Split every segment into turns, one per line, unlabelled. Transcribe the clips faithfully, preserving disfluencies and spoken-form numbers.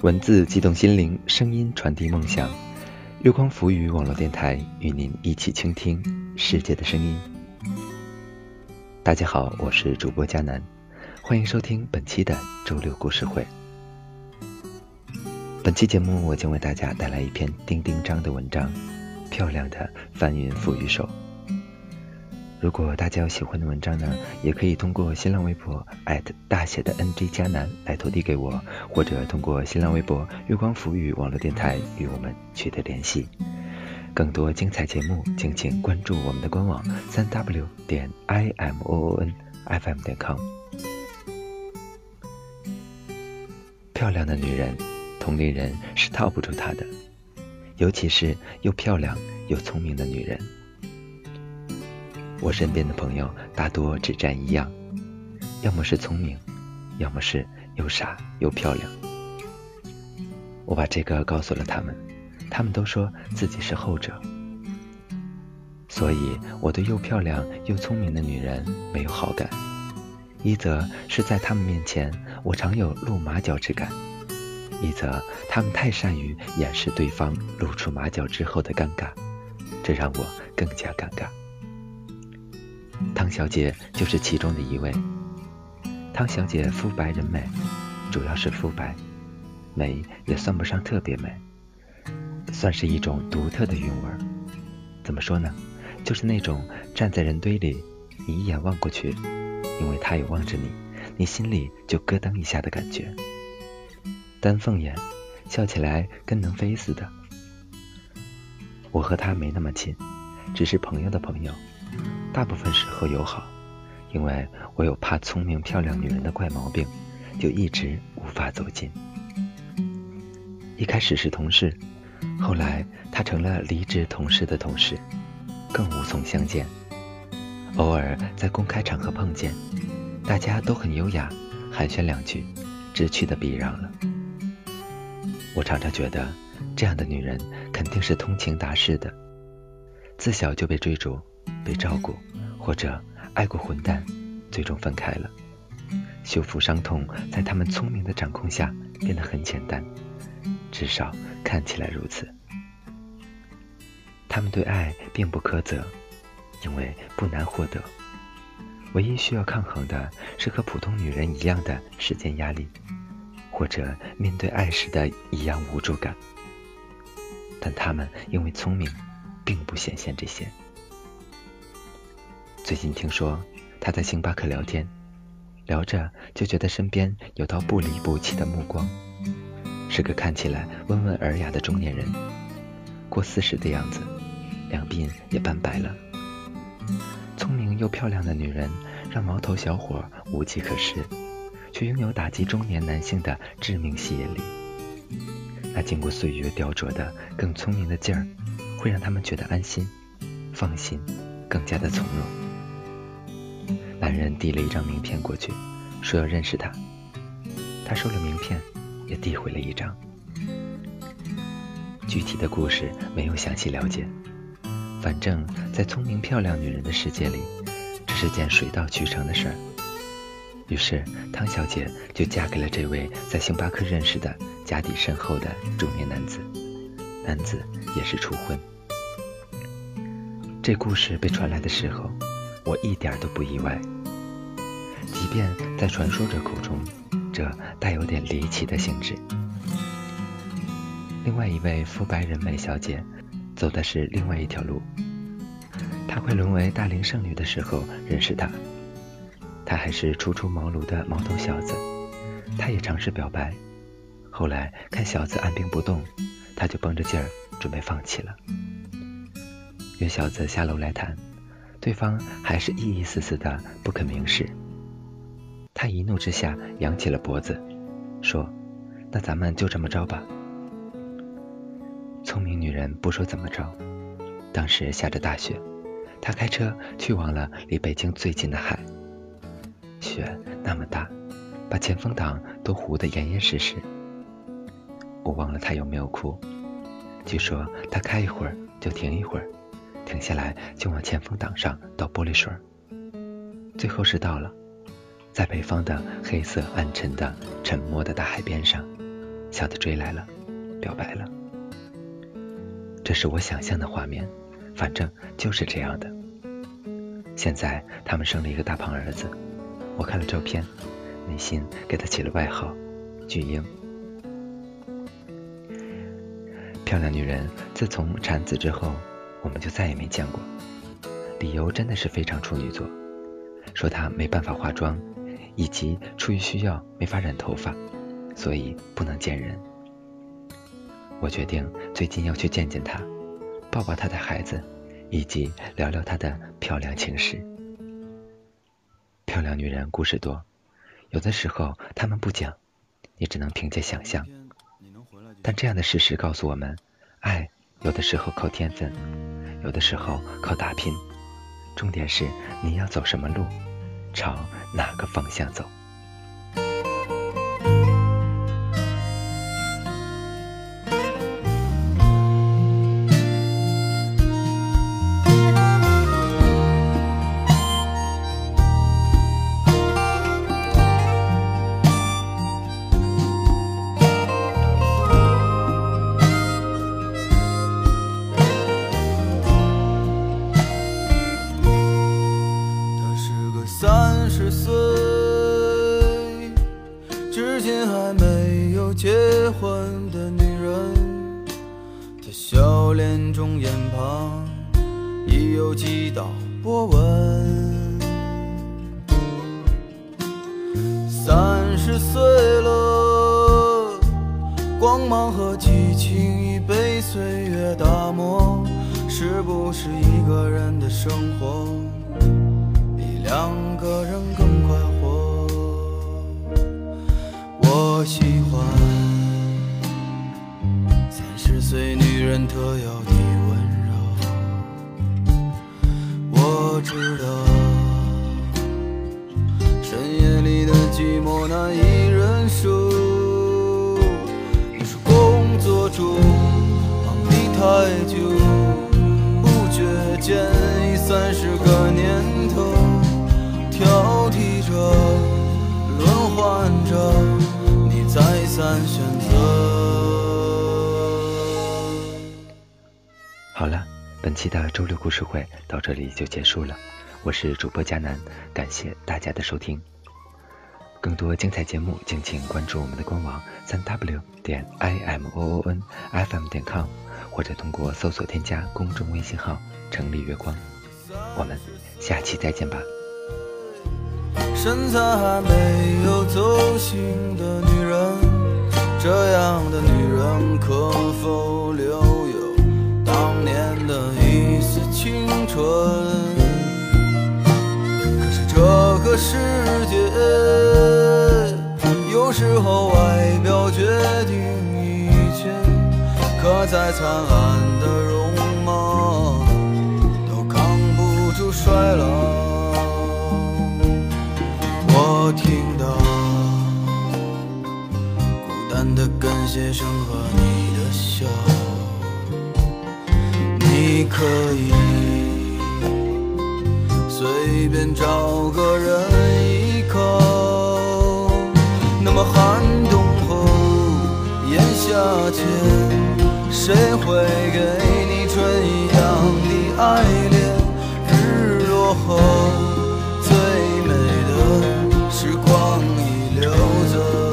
文字激动心灵，声音传递梦想。月光浮语网络电台与您一起倾听世界的声音。大家好，我是主播佳南，欢迎收听本期的周六故事会。本期节目我将为大家带来一篇丁丁章的文章，漂亮的翻云覆雨手。如果大家有喜欢的文章呢，也可以通过新浪微博大写的 N J 佳南来投递给我，或者通过新浪微博月光浮语网络电台与我们取得联系。更多精彩节目敬请关注我们的官网 三 w 点 i m o o n f m 点 com。 漂亮的女人，同龄人是套不住她的，尤其是又漂亮又聪明的女人。我身边的朋友大多只占一样，要么是聪明，要么是又傻又漂亮。我把这个告诉了他们，他们都说自己是后者。所以我对又漂亮又聪明的女人没有好感，一则是在他们面前我常有露马脚之感，一则他们太善于掩饰对方露出马脚之后的尴尬，这让我更加尴尬。汤小姐就是其中的一位。汤小姐肤白人美，主要是肤白，美也算不上特别美，算是一种独特的韵味。怎么说呢，就是那种站在人堆里，你一眼望过去，因为她也望着你，你心里就咯噔一下的感觉。丹凤眼，笑起来跟能飞似的。我和她没那么亲，只是朋友的朋友，大部分时候友好，因为我有怕聪明漂亮女人的怪毛病，就一直无法走近。一开始是同事，后来她成了离职同事的同事，更无从相见。偶尔在公开场合碰见，大家都很优雅，寒暄两句，知趣的避让了。我常常觉得这样的女人肯定是通情达事的，自小就被追逐被照顾，或者爱过混蛋，最终分开了。修复伤痛在他们聪明的掌控下变得很简单，至少看起来如此。他们对爱并不苛责，因为不难获得，唯一需要抗衡的是和普通女人一样的时间压力，或者面对爱时的一样无助感。但他们因为聪明，并不显现这些。最近听说他在星巴克聊天，聊着就觉得身边有道不离不弃的目光，是个看起来温文尔雅的中年人，过四十的样子，两鬓也斑白了。聪明又漂亮的女人让毛头小伙无计可施，却拥有打击中年男性的致命吸引力。那经过岁月雕琢的更聪明的劲儿，会让他们觉得安心放心，更加的从容。男人递了一张名片过去，说要认识他。他收了名片，也递回了一张。具体的故事没有详细了解，反正在聪明漂亮女人的世界里，这是件水到渠成的事儿。于是汤小姐就嫁给了这位在星巴克认识的家底深厚的中年男子，男子也是初婚。这故事被传来的时候，我一点都不意外，即便在传说者口中，这带有点离奇的性质。另外一位肤白人美小姐走的是另外一条路，她快沦为大龄剩女的时候认识他，他还是初出茅庐的毛头小子，他也尝试表白，后来看小子按兵不动，他就绷着劲儿准备放弃了。约小子下楼来谈，对方还是意意思思的不肯明示。他一怒之下扬起了脖子，说：那咱们就这么着吧。聪明女人不说怎么着，当时下着大雪，她开车去往了离北京最近的海，雪那么大，把前风挡都糊得严严实实。我忘了她有没有哭，据说她开一会儿就停一会儿，停下来就往前风挡上倒玻璃水，最后是到了在北方的黑色暗沉的沉默的大海边上， 小的追来了，表白了。这是我想象的画面，反正就是这样的。现在他们生了一个大胖儿子，我看了照片，内心给他起了外号巨婴。漂亮女人自从产子之后，我们就再也没见过，理由真的是非常处女座，说她没办法化妆，以及出于需要没法染头发，所以不能见人。我决定最近要去见见她，抱抱她的孩子，以及聊聊她的漂亮情史。漂亮女人故事多，有的时候她们不讲，你只能凭借想象。但这样的事实告诉我们，爱有的时候靠天分，有的时候靠打拼，重点是你要走什么路，朝哪个方向走。
结婚的女人，她笑脸中眼旁已有几道波纹。三十岁了，光芒和激情已被岁月打磨，是不是一个人的生活比两个人更快活？我喜欢三十岁女人特有的温柔。我知道深夜里的寂寞难以忍受，你说工作中忙得太久，不觉间已三十个年头，挑剔着轮换着再三选择。
好了，本期的周六故事会到这里就结束了，我是主播佳南，感谢大家的收听。更多精彩节目敬请关注我们的官网 三 w 点 i m o o n f m 点 com， 或者通过搜索添加公众微信号城里月光。我们下期再见吧。
身材还没有走形的女人，这样的女人可否留有当年的一丝青春？可是这个世界有时候外表决定一切，可再灿烂的容貌都扛不住衰老。我听到孤单的感谢声和你的笑，你可以随便找个人依靠，那么寒冬后炎夏间，谁会给你春一样的爱恋？日落后时光已流走。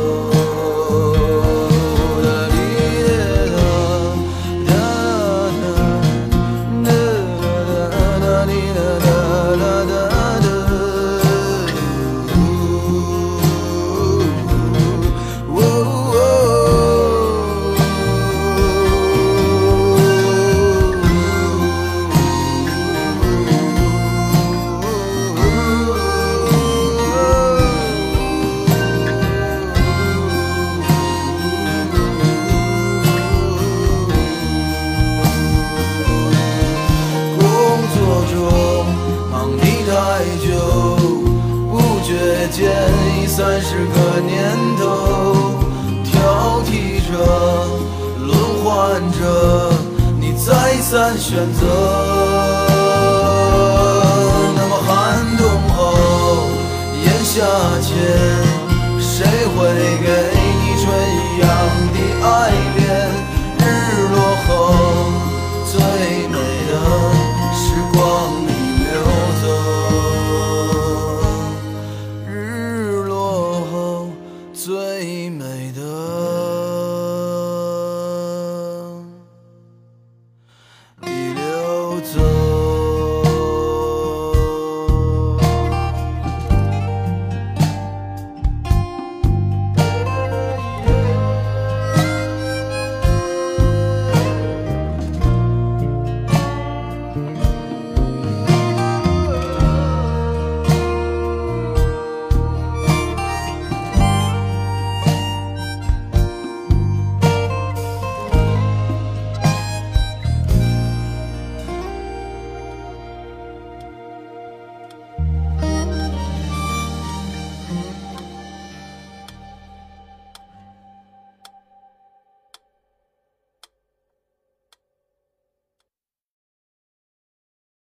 三十个年头，挑剔着轮换着，你再三选择。那么寒冬后炎夏间，